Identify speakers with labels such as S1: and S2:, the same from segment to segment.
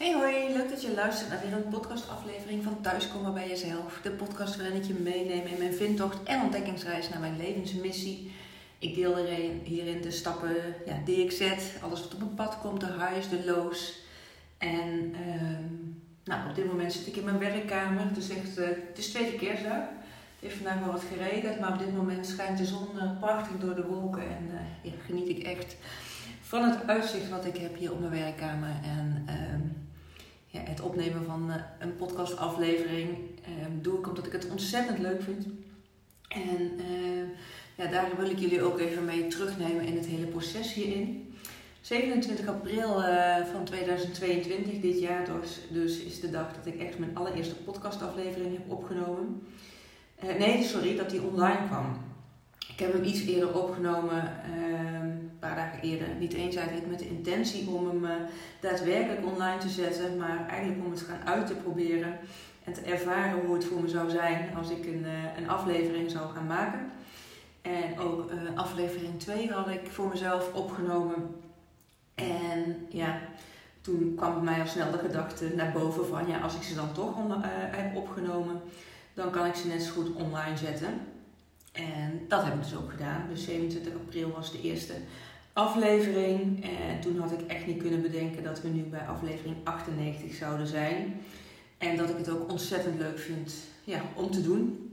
S1: Hey hoi, leuk dat je luistert naar weer een podcastaflevering van Thuiskomen bij Jezelf. De podcast waarin ik je meeneem in mijn vindtocht en ontdekkingsreis naar mijn levensmissie. Ik deel hierin de stappen die ik zet, alles wat op mijn pad komt, de highs, de lows. En op dit moment zit ik in mijn werkkamer. Het is tweede kerstdag. Het heeft vandaag wel wat geregend, maar op dit moment schijnt de zon prachtig door de wolken. En geniet ik echt van het uitzicht wat ik heb hier op mijn werkkamer. En het opnemen van een podcastaflevering doe ik omdat ik het ontzettend leuk vind. En daar wil ik jullie ook even mee terugnemen in het hele proces hierin. 27 april van 2022, dit jaar dus is de dag dat ik echt mijn allereerste podcastaflevering heb opgenomen. Dat die online kwam. Ik heb hem iets eerder opgenomen, een paar dagen eerder. Niet eens eigenlijk met de intentie om hem daadwerkelijk online te zetten, maar eigenlijk om het gaan uit te proberen en te ervaren hoe het voor me zou zijn als ik een aflevering zou gaan maken. En ook aflevering 2 had ik voor mezelf opgenomen. En toen kwam bij mij al snel de gedachte naar boven van als ik ze dan toch heb opgenomen, dan kan ik ze net zo goed online zetten. En dat heb ik dus ook gedaan. Dus 27 april was de eerste aflevering. En toen had ik echt niet kunnen bedenken dat we nu bij aflevering 98 zouden zijn. En dat ik het ook ontzettend leuk vind om te doen.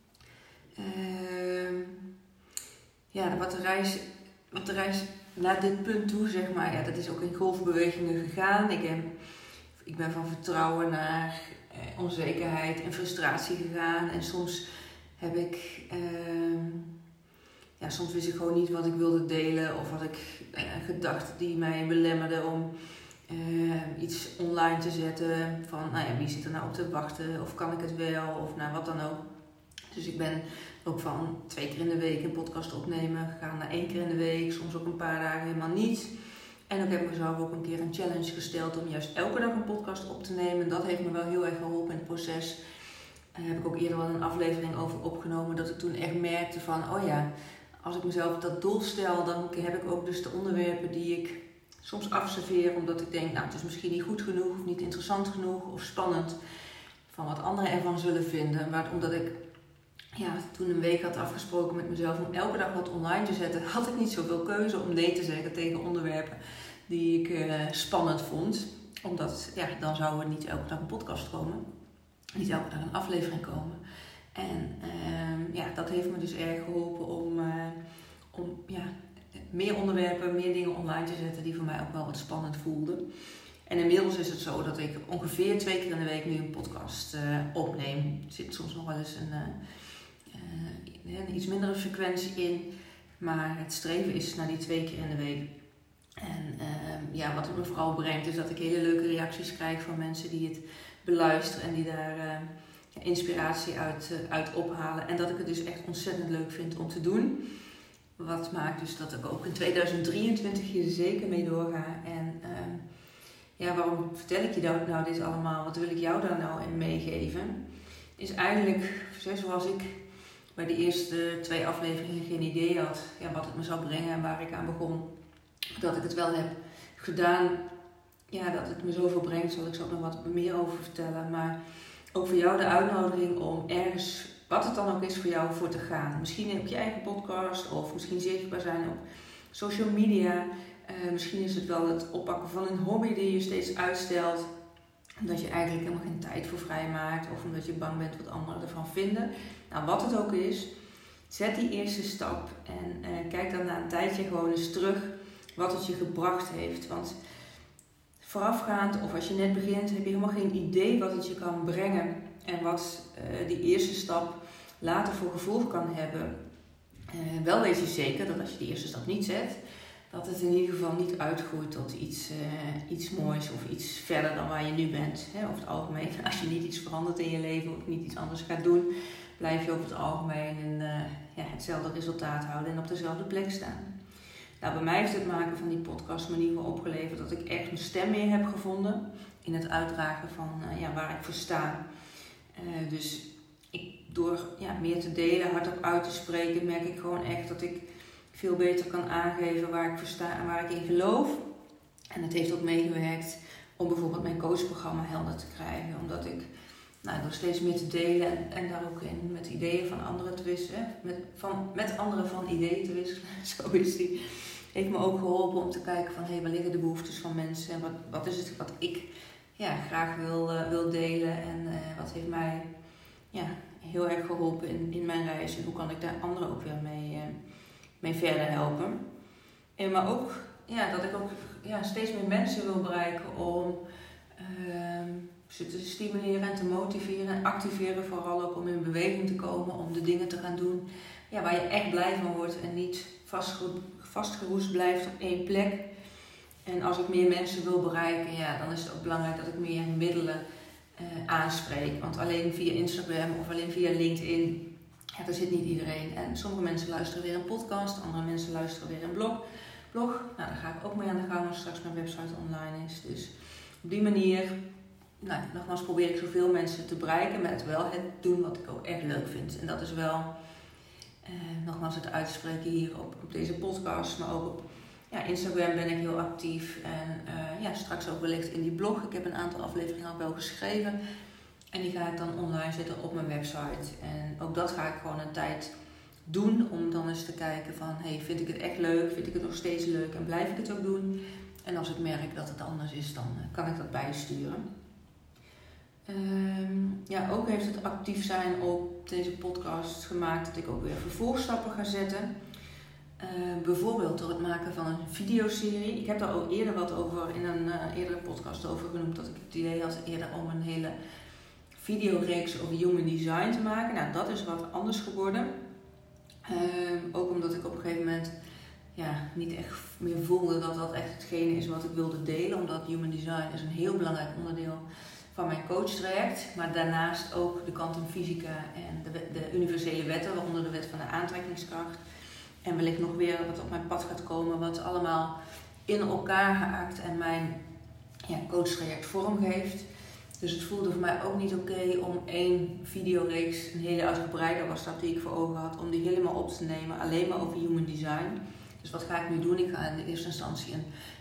S1: Wat de reis naar dit punt toe, zeg maar, dat is ook in golfbewegingen gegaan. Ik ben van vertrouwen naar onzekerheid en frustratie gegaan. En soms heb ik, soms wist ik gewoon niet wat ik wilde delen. Of had ik gedachten die mij belemmerden om iets online te zetten. Van, wie zit er nou op te wachten? Of kan ik het wel? Of wat dan ook. Dus ik ben ook van 2 keer in de week een podcast opnemen gegaan naar 1 keer in de week. Soms ook een paar dagen helemaal niet. En ook heb ik mezelf ook een keer een challenge gesteld om juist elke dag een podcast op te nemen. Dat heeft me wel heel erg geholpen in het proces. Daar heb ik ook eerder wel een aflevering over opgenomen. Dat ik toen echt merkte van, als ik mezelf dat doel stel, dan heb ik ook dus de onderwerpen die ik soms afserveer. Omdat ik denk, het is misschien niet goed genoeg of niet interessant genoeg of spannend. Van wat anderen ervan zullen vinden. Maar omdat ik toen een week had afgesproken met mezelf om elke dag wat online te zetten, had ik niet zoveel keuze om nee te zeggen tegen onderwerpen die ik spannend vond. Omdat, dan zou er niet elke dag een podcast komen. Niet elke dag een aflevering komen. En dat heeft me dus erg geholpen om meer onderwerpen, meer dingen online te zetten die voor mij ook wel wat spannend voelden. En inmiddels is het zo dat ik ongeveer 2 keer in de week nu een podcast opneem. Er zit soms nog wel eens een iets mindere frequentie in. Maar het streven is naar die 2 keer in de week. En wat het me vooral brengt is dat ik hele leuke reacties krijg van mensen die het beluisteren en die daar inspiratie uit ophalen. En dat ik het dus echt ontzettend leuk vind om te doen. Wat maakt dus dat ik ook in 2023 hier zeker mee doorga. En waarom vertel ik je nou dit allemaal? Wat wil ik jou daar nou in meegeven? Is eigenlijk, zoals ik bij de eerste 2 afleveringen geen idee had wat het me zou brengen en waar ik aan begon. Dat ik het wel heb gedaan. Dat het me zoveel brengt, zal ik zo nog wat meer over vertellen. Maar ook voor jou de uitnodiging om ergens, wat het dan ook is voor jou, voor te gaan. Misschien op je eigen podcast of misschien zichtbaar zijn op social media. Misschien is het wel het oppakken van een hobby die je steeds uitstelt. Omdat je eigenlijk helemaal geen tijd voor vrijmaakt. Of omdat je bang bent wat anderen ervan vinden. Wat het ook is, zet die eerste stap. En kijk dan na een tijdje gewoon eens terug wat het je gebracht heeft. Want voorafgaand of als je net begint heb je helemaal geen idee wat het je kan brengen. En wat die eerste stap later voor gevolg kan hebben. Wel weet je zeker dat als je die eerste stap niet zet, dat het in ieder geval niet uitgroeit tot iets moois of iets verder dan waar je nu bent. Over het algemeen, als je niet iets verandert in je leven of niet iets anders gaat doen, blijf je over het algemeen hetzelfde resultaat houden en op dezelfde plek staan. Bij mij heeft het maken van die podcast me in ieder geval opgeleverd dat ik echt een stem meer heb gevonden in het uitdragen van waar ik voor sta. Dus door meer te delen, hardop uit te spreken, merk ik gewoon echt dat ik veel beter kan aangeven waar ik voor sta en waar ik in geloof. En het heeft ook meegewerkt om bijvoorbeeld mijn coachprogramma helder te krijgen. Omdat ik door steeds meer te delen en daar ook in met ideeën van anderen te wisselen. Met anderen van ideeën te wisselen, zo is die. Heeft me ook geholpen om te kijken van waar liggen de behoeftes van mensen en wat is het wat ik graag wil delen. En wat heeft mij heel erg geholpen in mijn reis en hoe kan ik daar anderen ook weer mee verder helpen. Maar ook dat ik ook steeds meer mensen wil bereiken om ze te stimuleren en te motiveren en activeren, vooral ook om in beweging te komen, om de dingen te gaan doen waar je echt blij van wordt en niet vastgeroest blijft op één plek. En als ik meer mensen wil bereiken, dan is het ook belangrijk dat ik meer middelen aanspreek. Want alleen via Instagram of alleen via LinkedIn, daar zit niet iedereen. En sommige mensen luisteren weer een podcast, andere mensen luisteren weer een blog. Daar ga ik ook mee aan de gang als straks mijn website online is. Dus op die manier, nogmaals probeer ik zoveel mensen te bereiken met wel het doen wat ik ook echt leuk vind. En dat is wel, nogmaals het uitspreken hier op deze podcast, maar ook op Instagram ben ik heel actief. En straks ook wellicht in die blog. Ik heb een aantal afleveringen al wel geschreven. En die ga ik dan online zetten op mijn website. En ook dat ga ik gewoon een tijd doen om dan eens te kijken van vind ik het echt leuk? Vind ik het nog steeds leuk? En blijf ik het ook doen? En als ik merk dat het anders is, dan kan ik dat bijsturen. Ook heeft het actief zijn op deze podcast gemaakt dat ik ook weer vervolgstappen ga zetten. Bijvoorbeeld door het maken van een videoserie. Ik heb daar ook eerder wat over in een eerdere podcast over genoemd. Dat ik het idee had eerder om een hele videoreeks over human design te maken. Dat is wat anders geworden. Ook omdat ik op een gegeven moment niet echt meer voelde dat dat echt hetgene is wat ik wilde delen. Omdat human design is een heel belangrijk onderdeel van mijn coachtraject. Maar daarnaast ook de kwantumfysica en de universele wetten, waaronder de wet van de aantrekkingskracht. En wellicht nog weer wat op mijn pad gaat komen, wat allemaal in elkaar haakt en mijn coachtraject vormgeeft. Dus het voelde voor mij ook niet oké om één videoreeks, een hele uitgebreide was dat die ik voor ogen had, om die helemaal op te nemen, alleen maar over human design. Dus wat ga ik nu doen? Ik ga in de eerste instantie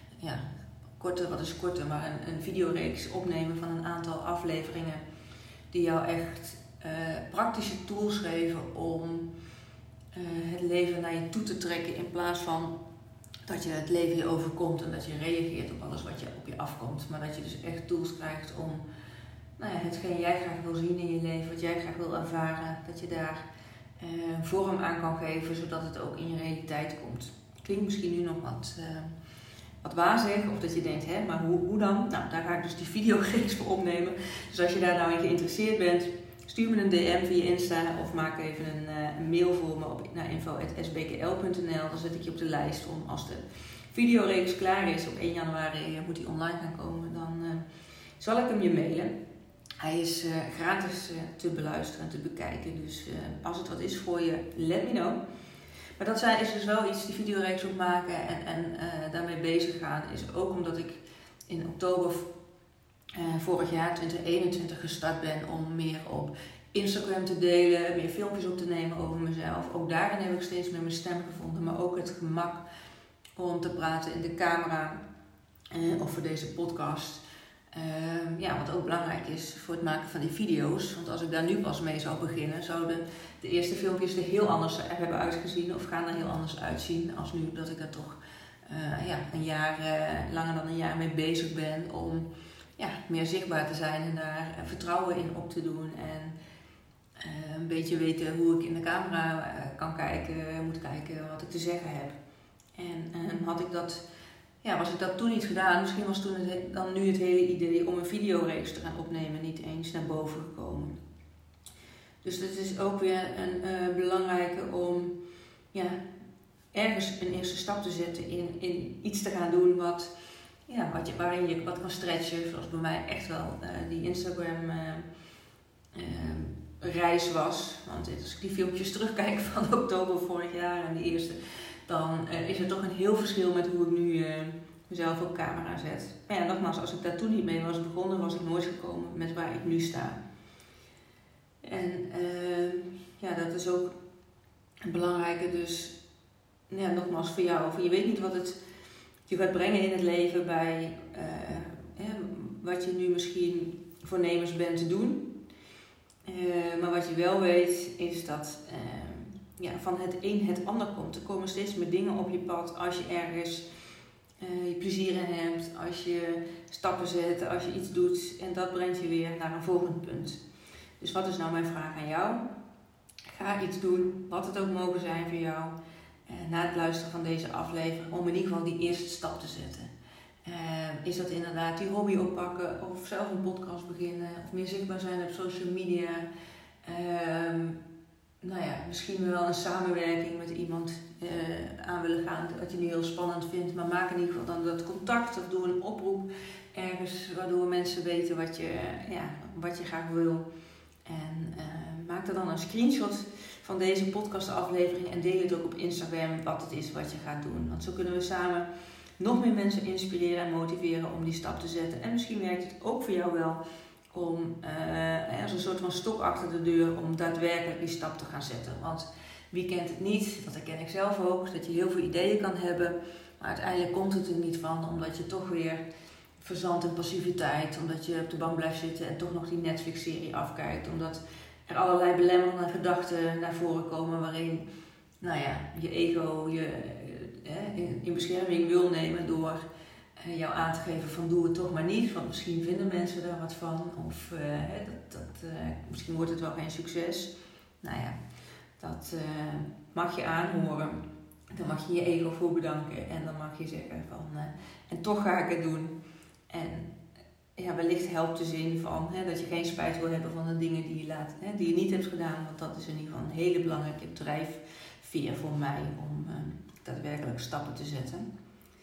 S1: een videoreeks opnemen van een aantal afleveringen die jou echt praktische tools geven om het leven naar je toe te trekken in plaats van dat je het leven je overkomt en dat je reageert op alles wat je op je afkomt. Maar dat je dus echt tools krijgt om hetgeen jij graag wil zien in je leven, wat jij graag wil ervaren, dat je daar vorm aan kan geven zodat het ook in je realiteit komt. Klinkt misschien nu nog wat wazig of dat je denkt, maar hoe dan? Daar ga ik dus die videoreeks voor opnemen. Dus als je daar nou in geïnteresseerd bent, stuur me een DM via Insta of maak even een mail voor me naar info@sbkl.nl. Dan zet ik je op de lijst om als de videoreeks klaar is, op 1 januari moet die online gaan komen, dan zal ik hem je mailen. Hij is gratis te beluisteren en te bekijken, dus als het wat is voor je, let me know. Maar dat is dus wel iets, die videoreeks opmaken en daarmee bezig gaan, is ook omdat ik in oktober vorig jaar 2021 gestart ben om meer op Instagram te delen, meer filmpjes op te nemen over mezelf. Ook daarin heb ik steeds meer mijn stem gevonden, maar ook het gemak om te praten in de camera of voor deze podcast. Wat ook belangrijk is voor het maken van die video's. Want als ik daar nu pas mee zou beginnen, zouden de eerste filmpjes er heel anders hebben uitgezien of gaan er heel anders uitzien als nu dat ik er toch langer dan een jaar mee bezig ben om meer zichtbaar te zijn en daar vertrouwen in op te doen en een beetje weten hoe ik in de camera moet kijken, wat ik te zeggen heb. En was ik dat toen niet gedaan, misschien was toen dan nu het hele idee om een videoreeks te gaan opnemen niet eens naar boven gekomen. Dus het is ook weer een belangrijke om ergens een eerste stap te zetten in iets te gaan doen waarin je wat kan stretchen, zoals bij mij echt wel die Instagram reis was. Want als ik die filmpjes terugkijk van oktober vorig jaar en de eerste, dan is er toch een heel verschil met hoe ik nu mezelf op camera zet. Maar nogmaals, als ik daar toen niet mee was begonnen, was ik nooit gekomen met waar ik nu sta. En dat is ook een belangrijke, dus nogmaals voor jou. Je weet niet wat het je gaat brengen in het leven bij wat je nu misschien voornemens bent te doen. Maar wat je wel weet is dat van het een het ander komt. Er komen steeds meer dingen op je pad als je ergens je plezier in hebt, als je stappen zet, als je iets doet. En dat brengt je weer naar een volgend punt. Dus wat is nou mijn vraag aan jou? Ga iets doen, wat het ook mogen zijn voor jou. Na het luisteren van deze aflevering, om in ieder geval die eerste stap te zetten. Is dat inderdaad die hobby oppakken of zelf een podcast beginnen of meer zichtbaar zijn op social media. Misschien wel een samenwerking met iemand aan willen gaan dat je niet heel spannend vindt. Maar maak in ieder geval dan dat contact of doe een oproep ergens waardoor mensen weten wat je graag wil. En maak er dan een screenshot van deze podcastaflevering en deel het ook op Instagram wat het is wat je gaat doen. Want zo kunnen we samen nog meer mensen inspireren en motiveren om die stap te zetten. En misschien werkt het ook voor jou wel om als een soort van stok achter de deur om daadwerkelijk die stap te gaan zetten. Want wie kent het niet, dat herken ik zelf ook, dat je heel veel ideeën kan hebben. Maar uiteindelijk komt het er niet van, omdat je toch weer verzandt in passiviteit. Omdat je op de bank blijft zitten en toch nog die Netflix-serie afkijkt. Omdat er allerlei belemmerende gedachten naar voren komen waarin je ego je in bescherming wil nemen door jou aan te geven van doe het toch maar niet, want misschien vinden mensen daar wat van of misschien wordt het wel geen succes. Dat mag je aanhoren. Dan mag je je ego voor bedanken en dan mag je zeggen van en toch ga ik het doen. En wellicht helpt de zin van dat je geen spijt wil hebben van de dingen die je niet hebt gedaan, want dat is in ieder geval een hele belangrijke drijfveer voor mij om daadwerkelijk stappen te zetten.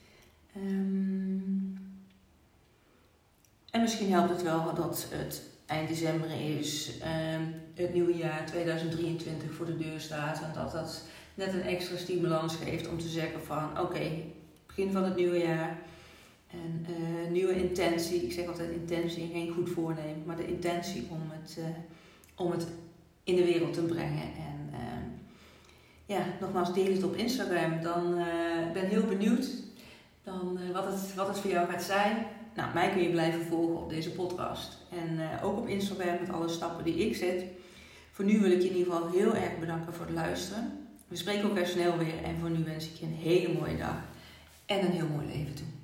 S1: En misschien helpt het wel dat het eind december is, het nieuwe jaar 2023 voor de deur staat en dat net een extra stimulans geeft om te zeggen van oké, begin van het nieuwe jaar en nieuwe intentie. Ik zeg altijd intentie, geen goed voornemen, maar de intentie om het in de wereld te brengen. En nogmaals, deel het op Instagram. Dan ben ik heel benieuwd wat het voor jou gaat zijn. Nou, mij kun je blijven volgen op deze podcast. En ook op Instagram met alle stappen die ik zet. Voor nu wil ik je in ieder geval heel erg bedanken voor het luisteren. We spreken elkaar snel weer. En voor nu wens ik je een hele mooie dag. En een heel mooi leven toe.